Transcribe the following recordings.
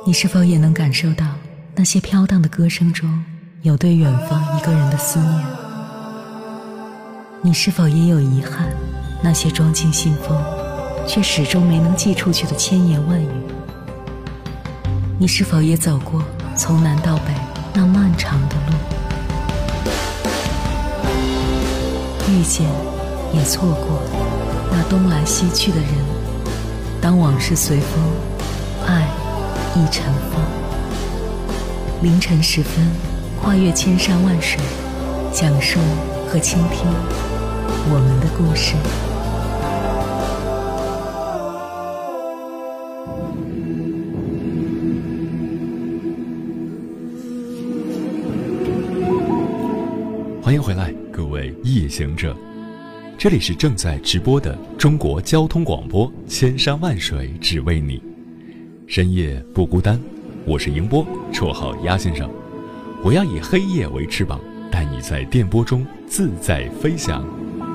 你是否也能感受到那些飘荡的歌声中有对远方一个人的思念？你是否也有遗憾，那些装进信封却始终没能寄出去的千言万语？你是否也走过从南到北那漫长的路？遇见也错过那东来西去的人，当往事随风，爱亦尘封。凌晨时分，跨越千山万水，讲述和倾听我们的故事。 欢迎回来，各位夜行者，这里是正在直播的中国交通广播，千山万水只为你，深夜不孤单。我是迎波，绰号鸭先生。我要以黑夜为翅膀，带你在电波中自在飞翔。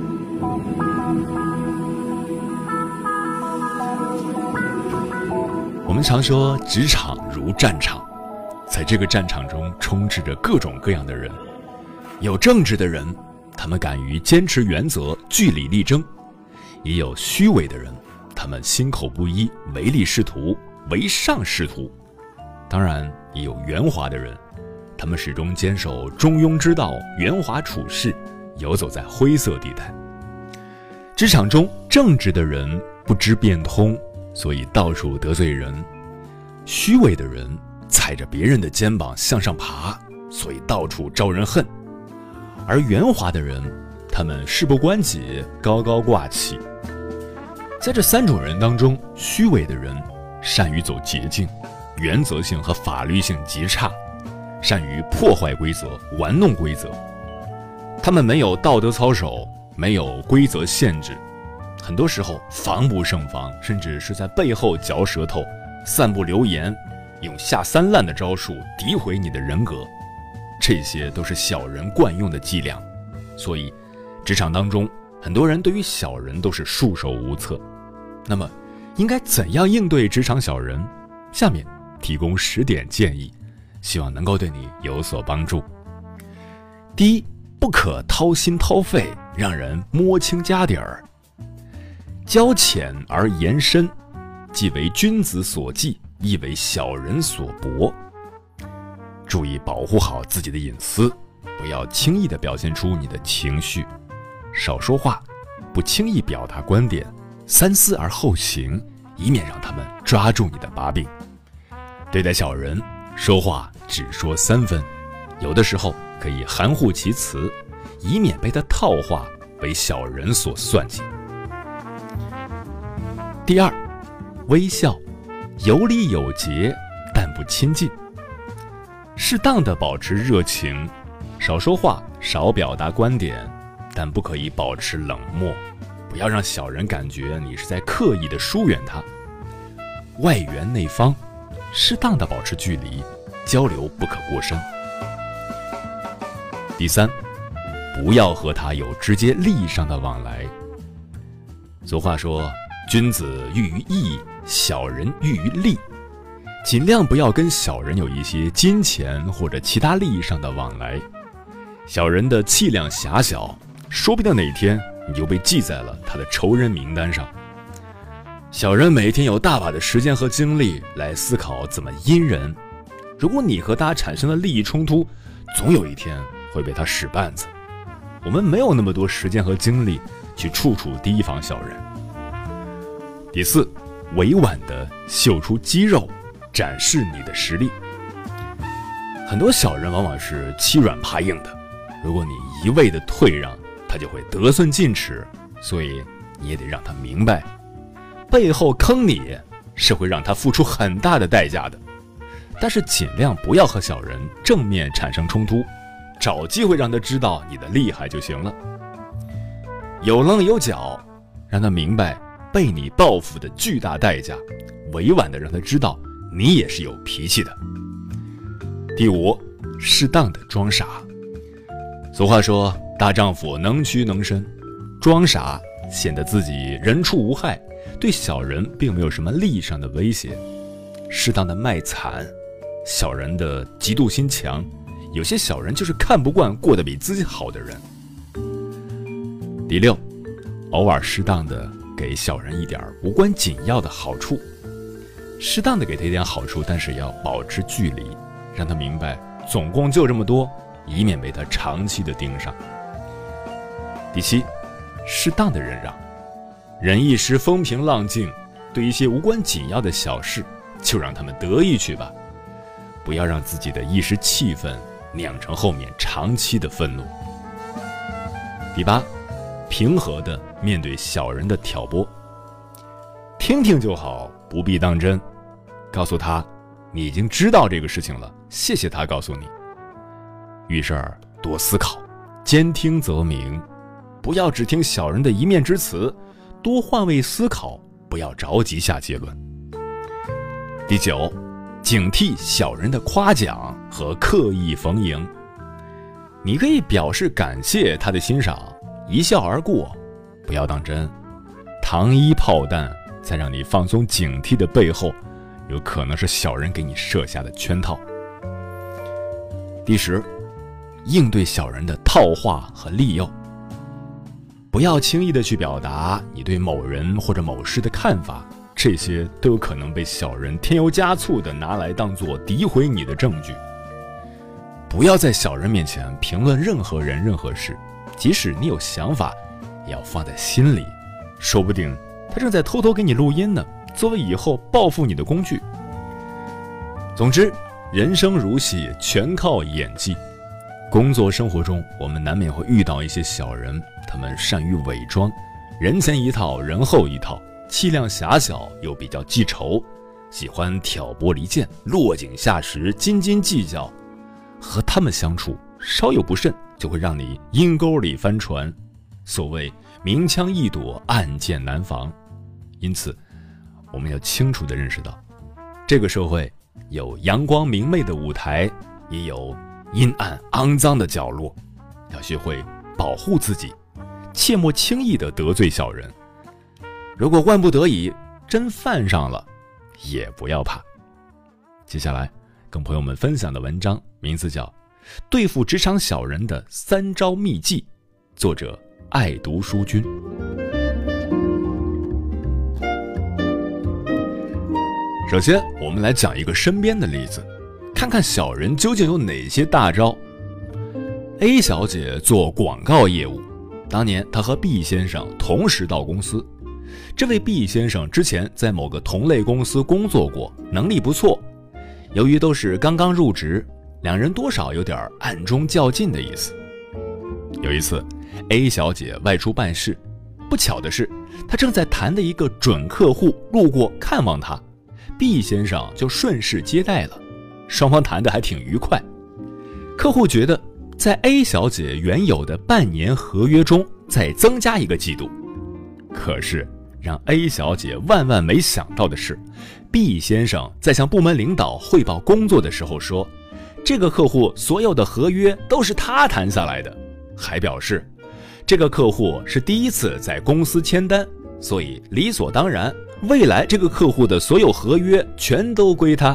我们常说职场如战场，在这个战场中充斥着各种各样的人。有正直的人，他们敢于坚持原则，据理力争；也有虚伪的人，他们心口不一，唯利是图，唯上是图。当然也有圆滑的人，他们始终坚守中庸之道，圆滑处事，游走在灰色地带。职场中正直的人不知变通，所以到处得罪人；虚伪的人踩着别人的肩膀向上爬，所以到处招人恨。而圆滑的人，他们事不关己，高高挂起。在这三种人当中，虚伪的人善于走捷径，原则性和法律性极差，善于破坏规则，玩弄规则。他们没有道德操守，没有规则限制，很多时候防不胜防，甚至是在背后嚼舌头，散布流言，用下三滥的招数诋毁你的人格。这些都是小人惯用的伎俩，所以职场当中很多人对于小人都是束手无策。那么应该怎样应对职场小人？下面提供10点建议，希望能够对你有所帮助。第一，不可掏心掏肺，让人摸清家底儿。交浅而言深，既为君子所忌，亦为小人所博。注意保护好自己的隐私，不要轻易地表现出你的情绪，少说话，不轻易表达观点，三思而后行，以免让他们抓住你的把柄。对待小人，说话只说3分，有的时候可以含糊其辞，以免被他套话，为小人所算计。第二，微笑，有礼有节，但不亲近。适当的保持热情，少说话，少表达观点，但不可以保持冷漠，不要让小人感觉你是在刻意的疏远他。外圆内方，适当的保持距离，交流不可过深。第三，不要和他有直接利益上的往来。俗话说，君子喻于义，小人喻于利。尽量不要跟小人有一些金钱或者其他利益上的往来。小人的气量狭小，说不定哪天你就被记在了他的仇人名单上。小人每天有大把的时间和精力来思考怎么阴人，如果你和他产生了利益冲突，总有一天会被他使绊子。我们没有那么多时间和精力去处处提防小人。第四，委婉地秀出肌肉，展示你的实力。很多小人往往是欺软怕硬的，如果你一味的退让，他就会得寸进尺，所以你也得让他明白，背后坑你是会让他付出很大的代价的。但是尽量不要和小人正面产生冲突，找机会让他知道你的厉害就行了。有棱有角，让他明白被你报复的巨大代价，委婉的让他知道你也是有脾气的。第五，适当的装傻。俗话说，大丈夫能屈能伸，装傻显得自己人畜无害，对小人并没有什么利益上的威胁。 适当的卖惨，小人的嫉妒心强，有些小人就是看不惯过得比自己好的人。第6，偶尔适当的给小人一点无关紧要的好处，适当的给他一点好处，但是要保持距离，让他明白总共就这么多，以免被他长期的盯上。第7，适当的忍让，忍一时风平浪静，对一些无关紧要的小事就让他们得意去吧，不要让自己的一时气愤酿成后面长期的愤怒。第8，平和地面对小人的挑拨，听听就好，不必当真，告诉他你已经知道这个事情了，谢谢他告诉你。遇事儿多思考，兼听则明，不要只听小人的一面之词，多换位思考，不要着急下结论。第9，警惕小人的夸奖和刻意逢迎，你可以表示感谢他的欣赏，一笑而过，不要当真。糖衣炮弹在让你放松警惕的背后，有可能是小人给你设下的圈套。第10，应对小人的套话和利诱，不要轻易的去表达你对某人或者某事的看法，这些都有可能被小人添油加醋的拿来当作诋毁你的证据。不要在小人面前评论任何人任何事，即使你有想法也要放在心里，说不定他正在偷偷给你录音呢，作为以后报复你的工具。总之，人生如戏，全靠演技。工作生活中，我们难免会遇到一些小人，他们善于伪装，人前一套人后一套，气量狭小又比较记仇，喜欢挑拨离间，落井下石，斤斤计较。和他们相处稍有不慎，就会让你阴沟里翻船。所谓明枪易躲，暗箭难防。因此我们要清楚地认识到，这个社会有阳光明媚的舞台，也有阴暗肮脏的角落，要学会保护自己，切莫轻易地得罪小人。如果万不得已真犯上了，也不要怕。接下来跟朋友们分享的文章名字叫《对付职场小人的3招秘技》，作者爱读书君。首先我们来讲一个身边的例子，看看小人究竟有哪些大招。 A 小姐做广告业务，当年她和 B 先生同时到公司。这位 B 先生之前在某个同类公司工作过，能力不错。由于都是刚刚入职，两人多少有点暗中较劲的意思。有一次 A 小姐外出办事，不巧的是她正在谈的一个准客户路过看望她， B 先生就顺势接待了，双方谈得还挺愉快。客户觉得在 A 小姐原有的半年合约中再增加一个季度，可是让 A 小姐万万没想到的是， B 先生在向部门领导汇报工作的时候说，这个客户所有的合约都是他谈下来的，还表示这个客户是第一次在公司签单，所以理所当然，未来这个客户的所有合约全都归他。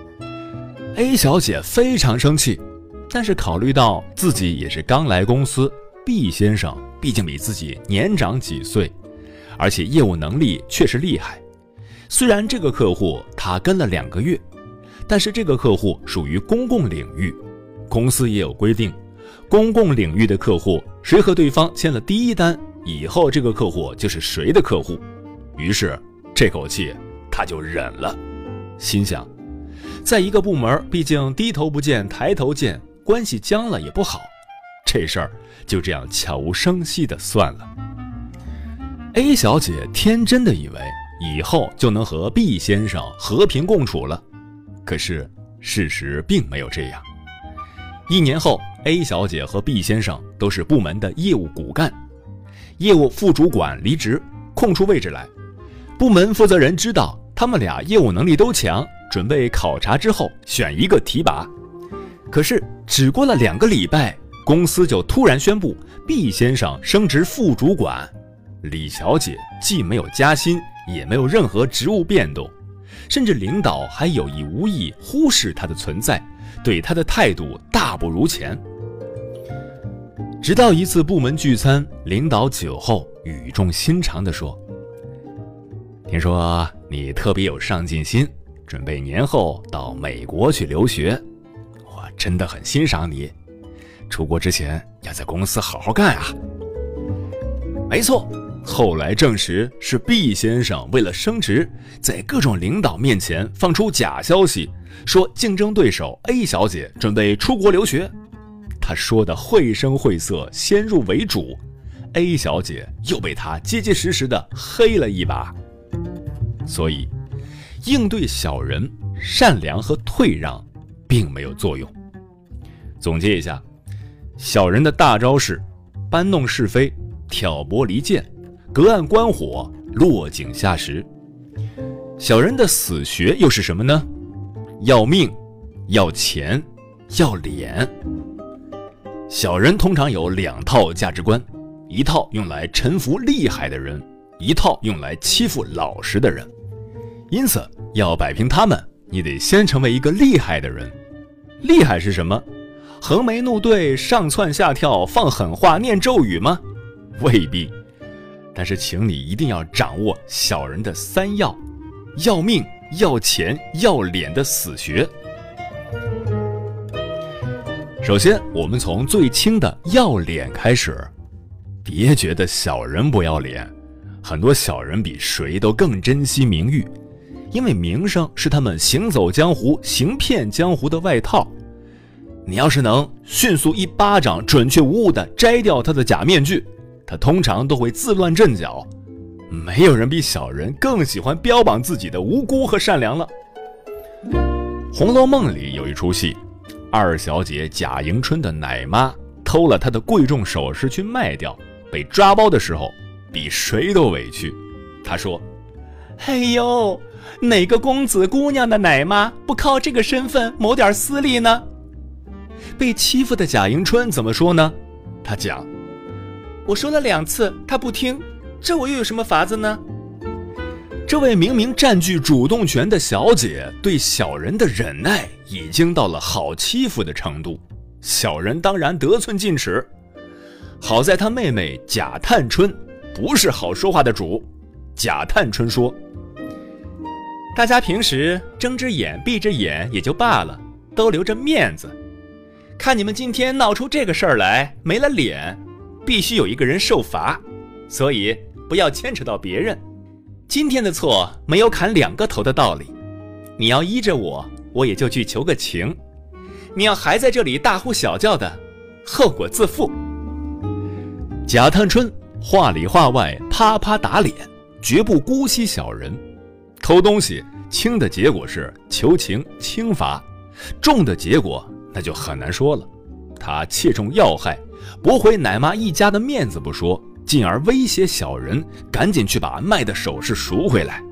A 小姐非常生气，但是考虑到自己也是刚来公司， B 先生毕竟比自己年长几岁，而且业务能力确实厉害。虽然这个客户他跟了2个月，但是这个客户属于公共领域，公司也有规定，公共领域的客户谁和对方签了第一单，以后这个客户就是谁的客户。于是这口气他就忍了，心想在一个部门毕竟低头不见抬头见，关系僵了也不好，这事儿就这样悄无声息的算了。 A 小姐天真的以为以后就能和 B 先生和平共处了，可是事实并没有这样。1年后， A 小姐和 B 先生都是部门的业务骨干，业务副主管离职，空出位置来。部门负责人知道他们俩业务能力都强，准备考察之后选一个提拔。可是只过了2个礼拜，公司就突然宣布 B 先生升职副主管，李小姐既没有加薪，也没有任何职务变动， 甚至领导还有意无意忽视他的存在，对他的态度大不如前。直到一次部门聚餐，领导酒后语重心长地说：“听说你特别有上进心，准备年后到美国去留学，我真的很欣赏你。出国之前要在公司好好干啊。”没错，后来证实是 B 先生为了升职，在各种领导面前放出假消息，说竞争对手 A 小姐准备出国留学。他说的绘声绘色，先入为主， A 小姐又被他结结实实的黑了一把。所以应对小人，善良和退让并没有作用。总结一下，小人的大招是搬弄是非、挑拨离间、隔岸观火、落井下石。小人的死穴又是什么呢？要命、要钱、要脸。小人通常有2套价值观，一套用来臣服厉害的人，一套用来欺负老实的人。因此要摆平他们，你得先成为一个厉害的人。厉害是什么？横眉怒对、上蹿下跳、放狠话、念咒语吗？未必。但是请你一定要掌握小人的3要：要命、要钱、要脸的死穴。首先，我们从最轻的要脸开始。别觉得小人不要脸，很多小人比谁都更珍惜名誉，因为名声是他们行走江湖、行骗江湖的外套。你要是能迅速一巴掌准确无误地摘掉他的假面具，他通常都会自乱阵脚。没有人比小人更喜欢标榜自己的无辜和善良了。《红楼梦》里有一出戏，二小姐贾迎春的奶妈偷了她的贵重首饰去卖掉，被抓包的时候比谁都委屈。她说：“哎呦，哪个公子姑娘的奶妈不靠这个身份谋点私利呢？”被欺负的贾迎春怎么说呢？她讲：“我说了2次，她不听，这我又有什么法子呢？”这位明明占据主动权的小姐对小人的忍耐已经到了好欺负的程度，小人当然得寸进尺。好在她妹妹贾探春不是好说话的主。贾探春说：“大家平时睁只眼闭只眼也就罢了，都留着面子。看你们今天闹出这个事儿来，没了脸，必须有一个人受罚，所以不要牵扯到别人。今天的错没有砍2个头的道理，你要依着我，我也就去求个情；你要还在这里大呼小叫的，后果自负。”贾探春话里话外啪啪打脸，绝不姑息小人。偷东西轻的结果是求情轻罚，重的结果那就很难说了。他切中要害，驳回奶妈一家的面子不说，进而威胁小人赶紧去把卖的首饰赎回来。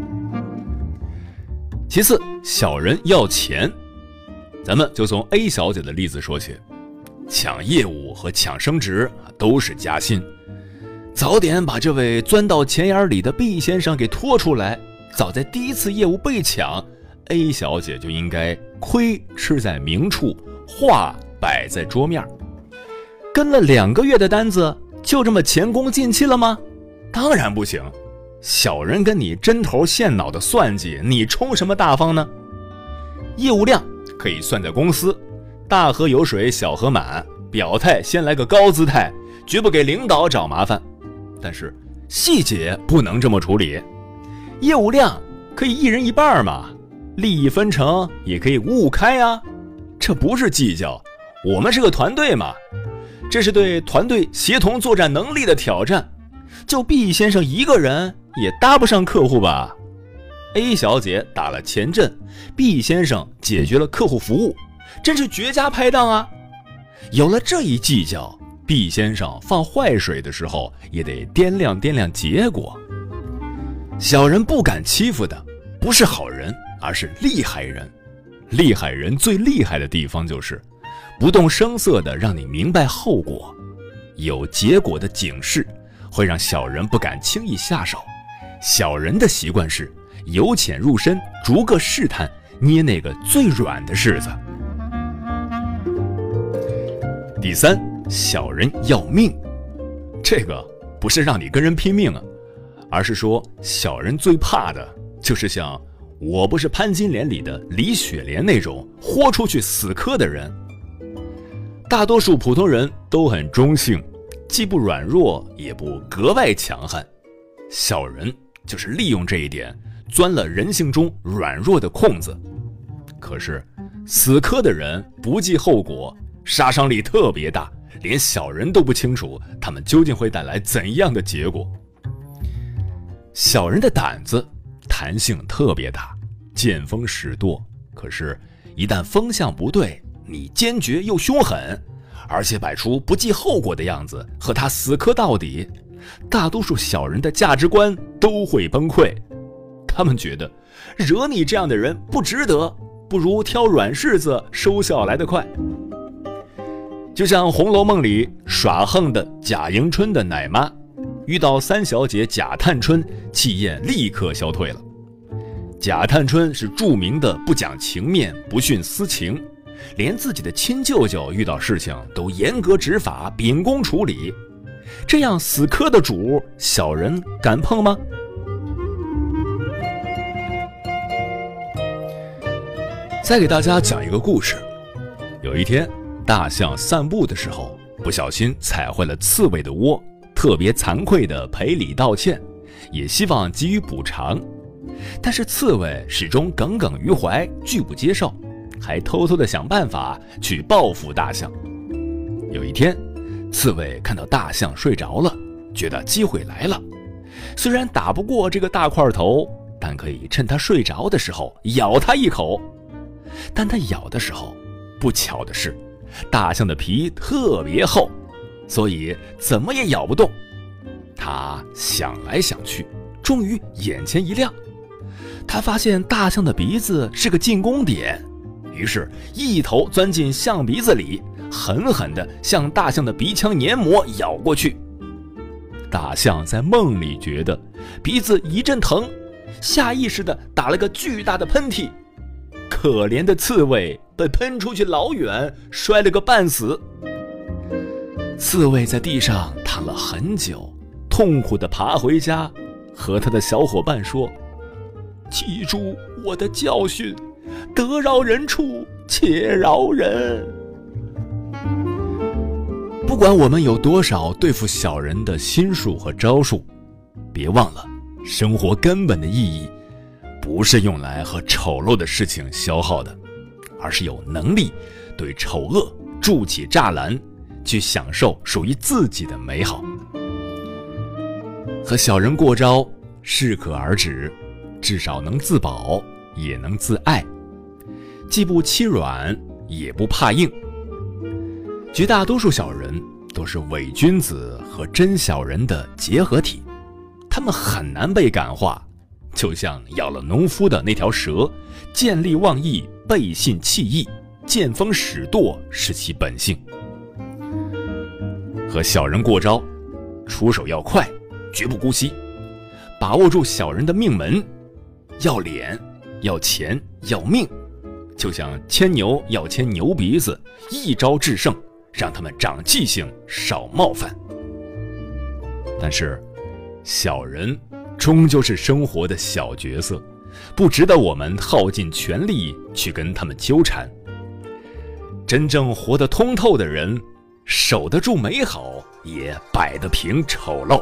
其次，小人要钱，咱们就从 A 小姐的例子说起。抢业务和抢升职都是加薪，早点把这位钻到钱眼里的 B 先生给拖出来，早在第1次业务被抢， A 小姐就应该亏吃在明处，话摆在桌面。跟了2个月的单子，就这么前功尽弃了吗？当然不行。小人跟你针头线脑的算计，你冲什么大方呢？业务量可以算在公司，大河有水小河满，表态先来个高姿态，绝不给领导找麻烦。但是细节不能这么处理。业务量可以1人1半嘛，利益分成也可以5、5开啊。这不是计较，我们是个团队嘛，这是对团队协同作战能力的挑战。就 B 先生一个人也搭不上客户吧？ A 小姐打了前阵， B 先生解决了客户服务，真是绝佳拍档啊。有了这一计较， B 先生放坏水的时候也得掂量掂量结果。小人不敢欺负的不是好人，而是厉害人。厉害人最厉害的地方就是不动声色地让你明白后果，有结果的警示会让小人不敢轻易下手。小人的习惯是由浅入深，逐个试探，捏那个最软的柿子。第三，小人要命，这个不是让你跟人拼命啊，而是说小人最怕的就是像《我不是潘金莲》里的李雪莲那种豁出去死磕的人。大多数普通人都很中性，既不软弱也不格外强悍，小人就是利用这一点钻了人性中软弱的空子。可是死磕的人不计后果，杀伤力特别大，连小人都不清楚他们究竟会带来怎样的结果。小人的胆子弹性特别大，见风使舵，可是一旦风向不对，你坚决又凶狠，而且摆出不计后果的样子和他死磕到底，大多数小人的价值观都会崩溃。他们觉得惹你这样的人不值得，不如挑软柿子收效来得快。就像《红楼梦》里耍横的贾迎春的奶妈，遇到三小姐贾探春，气焰立刻消退了。贾探春是著名的不讲情面，不徇私情，连自己的亲舅舅遇到事情都严格执法，秉公处理。这样死磕的主，小人敢碰吗？再给大家讲一个故事。有一天，大象散步的时候，不小心踩坏了刺猬的窝，特别惭愧地赔礼道歉，也希望给予补偿。但是刺猬始终耿耿于怀，拒不接受，还偷偷地想办法去报复大象。有一天，刺猬看到大象睡着了，觉得机会来了。虽然打不过这个大块头，但可以趁它睡着的时候咬它一口。但它咬的时候，不巧的是，大象的皮特别厚，所以怎么也咬不动。它想来想去，终于眼前一亮，他发现大象的鼻子是个进攻点，于是一头钻进象鼻子里，狠狠地向大象的鼻腔黏膜咬过去。大象在梦里觉得鼻子一阵疼，下意识地打了个巨大的喷嚏。可怜的刺猬被喷出去老远，摔了个半死。刺猬在地上躺了很久，痛苦地爬回家，和他的小伙伴说：记住我的教训，得饶人处且饶人。不管我们有多少对付小人的心术和招数，别忘了，生活根本的意义不是用来和丑陋的事情消耗的，而是有能力对丑恶筑起栅栏，去享受属于自己的美好。和小人过招适可而止，至少能自保，也能自爱，既不欺软，也不怕硬。绝大多数小人都是伪君子和真小人的结合体，他们很难被感化，就像咬了农夫的那条蛇，见利忘义，背信弃义，见风使舵是其本性。和小人过招，出手要快，绝不姑息，把握住小人的命门，要脸，要钱，要命，就像牵牛要牵牛鼻子，一招制胜，让他们长记性，少冒犯。但是小人终究是生活的小角色，不值得我们耗尽全力去跟他们纠缠。真正活得通透的人，守得住美好，也摆得平丑陋。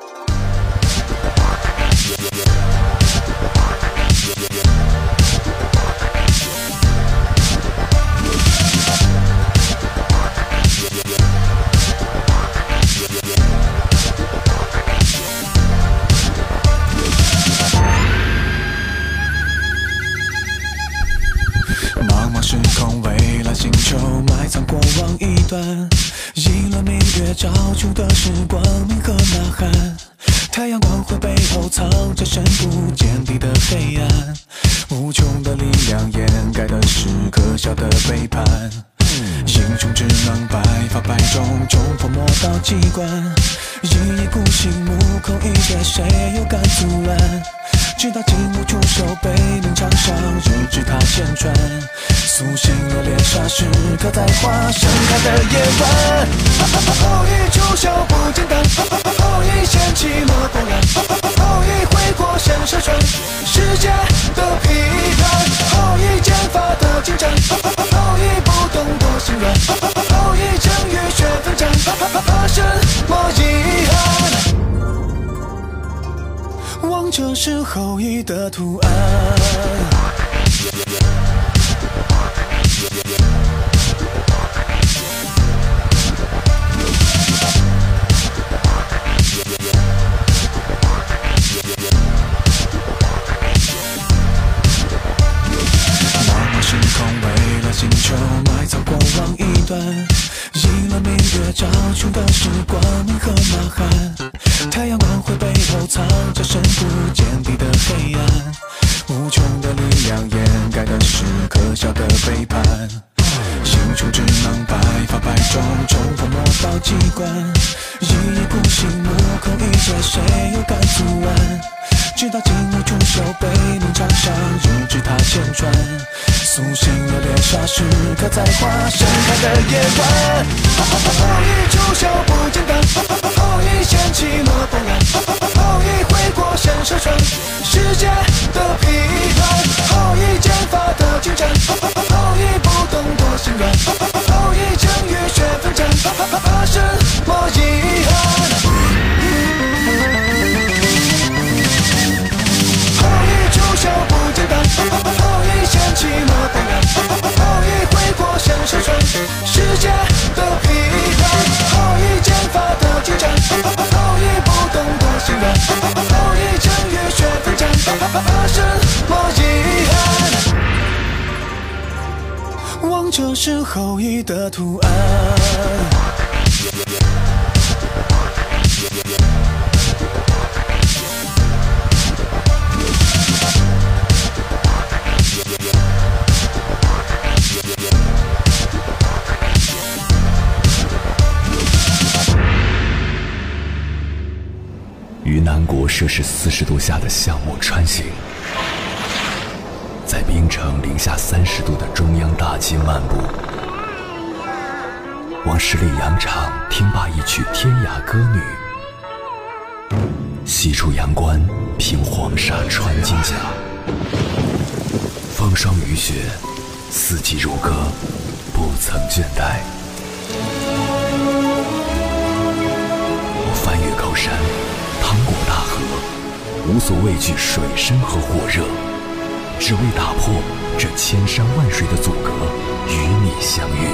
时空未来星球埋藏过往一段，赢了明月照出的是光明和呐喊。太阳光辉背后藏着深不见底的黑暗，无穷的力量掩盖的是可笑的背叛。英雄只能百发百中，冲破魔道机关， 一意孤行，目空一切，谁又敢阻拦？直到金木出手，背领场上，日志他千转，苏醒了猎杀时刻在花盛开的夜晚。后羿出手不简单，后羿掀起了波澜，后羿挥过神射穿世界的批判，后羿剑法的精湛，后羿不懂多心软，后羿正浴血奋战，怕什么遗憾？王者是后羿的图案。茫茫星空为了星球埋藏过往一段，赢了明月照出的是光明和呐喊。太阳光辉背后藏着深不见底的黑暗，无穷的力量掩盖的是可笑的背叛。心中只能百发百中，冲破魔道机关，一意孤行，目空一切，谁又敢阻拦？直到金木出手，背领场上，日志他千转，苏醒了猎杀时刻在花盛开的夜晚。后羿出手不简单，后羿掀起了波澜，后羿挥过神射穿世界的批判，后羿剑法的精湛，后羿不懂多心软，后羿正浴血奋战，怕什么遗憾？手不简单，后羿掀起了波澜，后羿挥过神射穿世界的批判，后羿剑法的精湛，后羿不懂多心软，后羿正浴血奋战，怕什么遗憾？王者是后羿的图案。 于南国摄氏40度下的项目穿行，在冰城零下30度的中央大街漫步，往十里洋场听罢一曲天涯歌女，西出阳关凭黄沙穿金甲，风霜雨雪，四季如歌，不曾倦怠。我翻越高山，趟过大河，无所畏惧水深和火热，只为打破这千山万水的阻隔，与你相遇。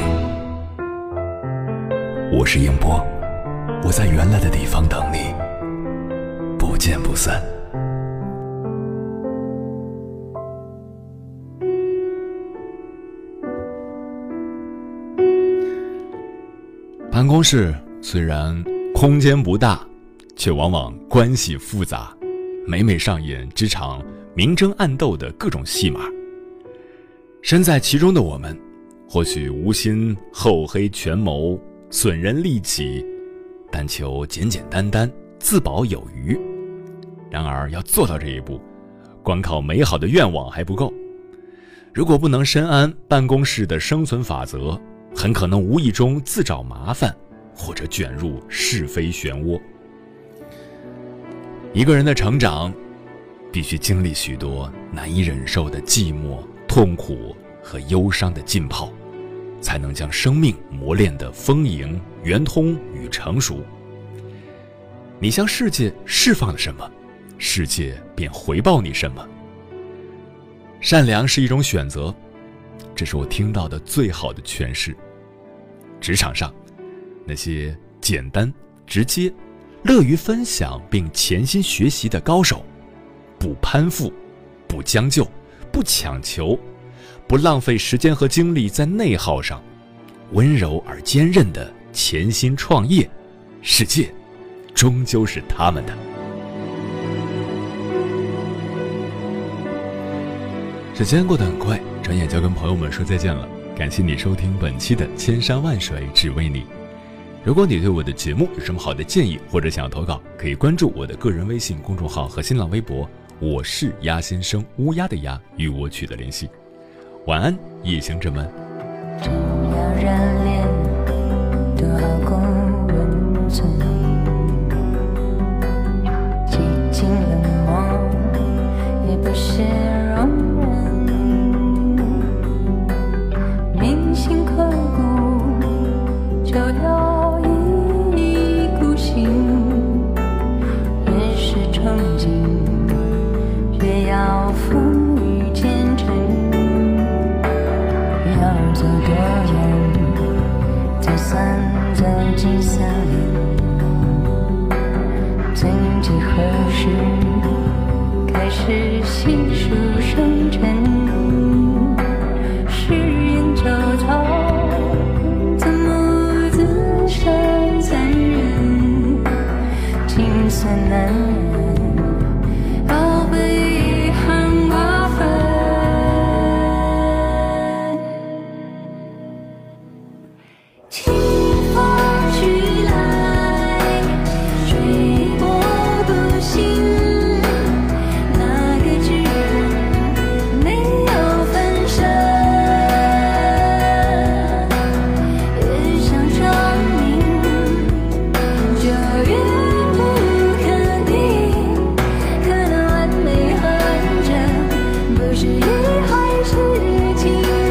我是英波，我在原来的地方等你，不见不散。办公室虽然空间不大，却往往关系复杂，每每上演职场明争暗斗的各种戏码。身在其中的我们，或许无心厚黑权谋，损人利己，但求简简单单，自保有余。然而要做到这一步，光靠美好的愿望还不够。如果不能深谙办公室的生存法则，很可能无意中自找麻烦，或者卷入是非漩涡。一个人的成长，必须经历许多难以忍受的寂寞、痛苦和忧伤的浸泡，才能将生命磨练得丰盈、圆通与成熟。你向世界释放了什么，世界便回报你什么。善良是一种选择，这是我听到的最好的诠释。职场上，那些简单、直接、乐于分享并潜心学习的高手，不攀附，不将就，不强求，不浪费时间和精力在内耗上，温柔而坚韧的潜心创业，世界终究是他们的。时间过得很快，转眼就要跟朋友们说再见了。感谢你收听本期的千山万水只为你。 如果你对我的节目有什么好的建议或者想要投稿，可以关注我的个人微信公众号和新浪微博，我是鸭先生，乌鸦的鸭，与我取得联系。晚安，夜乡人们。 真要热恋，多好供人存。激情冷漠，也不是容忍。铭心刻骨，就要一意孤行。越是憧憬，越要风雨兼程。要走多远，才算走进森林？曾几何时，开始细数生辰，誓言周遭，怎么自伤残忍？情色难忍，要被遗憾瓜分。清风徐来，吹过独行。哪个知人没有分身？越想证明，就越不肯定。可能完美横着，不是一还是情。